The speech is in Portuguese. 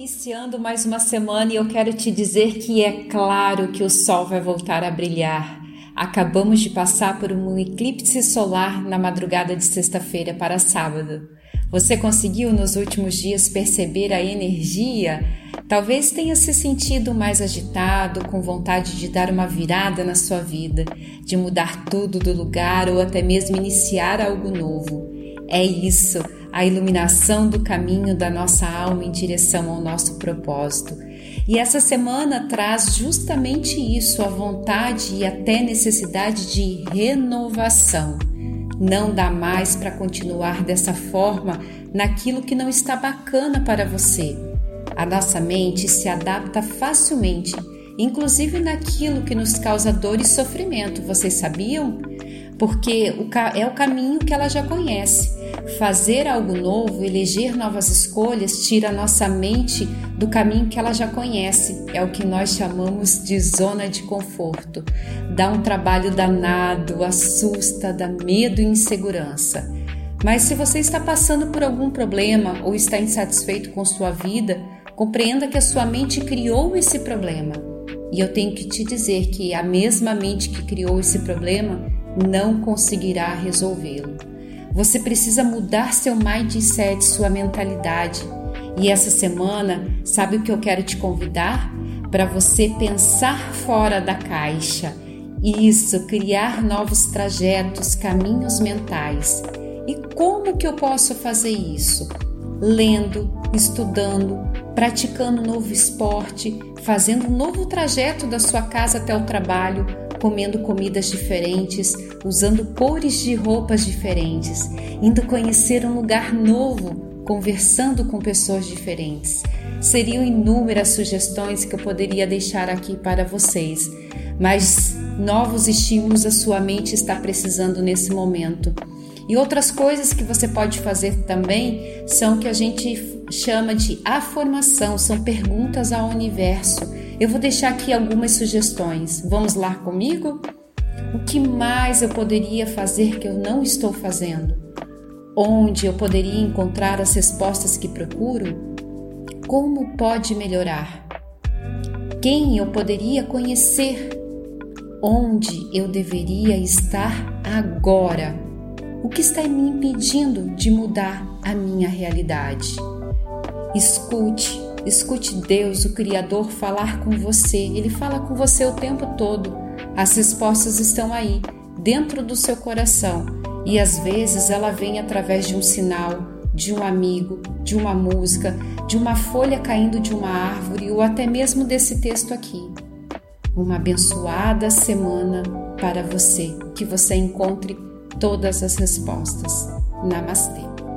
iniciando mais uma semana e eu quero te dizer que é claro que o sol vai voltar a brilhar. Acabamos de passar por um eclipse solar na madrugada de sexta-feira para sábado. Você conseguiu nos últimos dias perceber a energia? Talvez tenha se sentido mais agitado, com vontade de dar uma virada na sua vida, de mudar tudo do lugar ou até mesmo iniciar algo novo. É isso, a iluminação do caminho da nossa alma em direção ao nosso propósito. E essa semana traz justamente isso, a vontade e até necessidade de renovação. Não dá mais para continuar dessa forma naquilo que não está bacana para você. A nossa mente se adapta facilmente, inclusive naquilo que nos causa dor e sofrimento, vocês sabiam? Porque é o caminho que ela já conhece. Fazer algo novo, eleger novas escolhas, tira a nossa mente do caminho que ela já conhece. É o que nós chamamos de zona de conforto. Dá um trabalho danado, assusta, dá medo e insegurança. Mas se você está passando por algum problema ou está insatisfeito com sua vida, compreenda que a sua mente criou esse problema. E eu tenho que te dizer que a mesma mente que criou esse problema não conseguirá resolvê-lo. Você precisa mudar seu mindset, sua mentalidade. E essa semana, sabe o que eu quero te convidar? Para você pensar fora da caixa. Isso, criar novos trajetos, caminhos mentais. E como que eu posso fazer isso? Lendo, estudando, praticando um novo esporte, fazendo um novo trajeto da sua casa até o trabalho, comendo comidas diferentes, usando cores de roupas diferentes, indo conhecer um lugar novo, conversando com pessoas diferentes. Seriam inúmeras sugestões que eu poderia deixar aqui para vocês, mas novos estímulos a sua mente está precisando nesse momento. E outras coisas que você pode fazer também são o que a gente chama de afirmação, são perguntas ao universo. Eu vou deixar aqui algumas sugestões. Vamos lá comigo? O que mais eu poderia fazer que eu não estou fazendo? Onde eu poderia encontrar as respostas que procuro? Como pode melhorar? Quem eu poderia conhecer? Onde eu deveria estar agora? O que está me impedindo de mudar a minha realidade? Escute Deus, o Criador, falar com você. Ele fala com você o tempo todo. As respostas estão aí, dentro do seu coração. E às vezes ela vem através de um sinal, de um amigo, de uma música, de uma folha caindo de uma árvore ou até mesmo desse texto aqui. Uma abençoada semana para você, que você encontre todas as respostas. Namastê.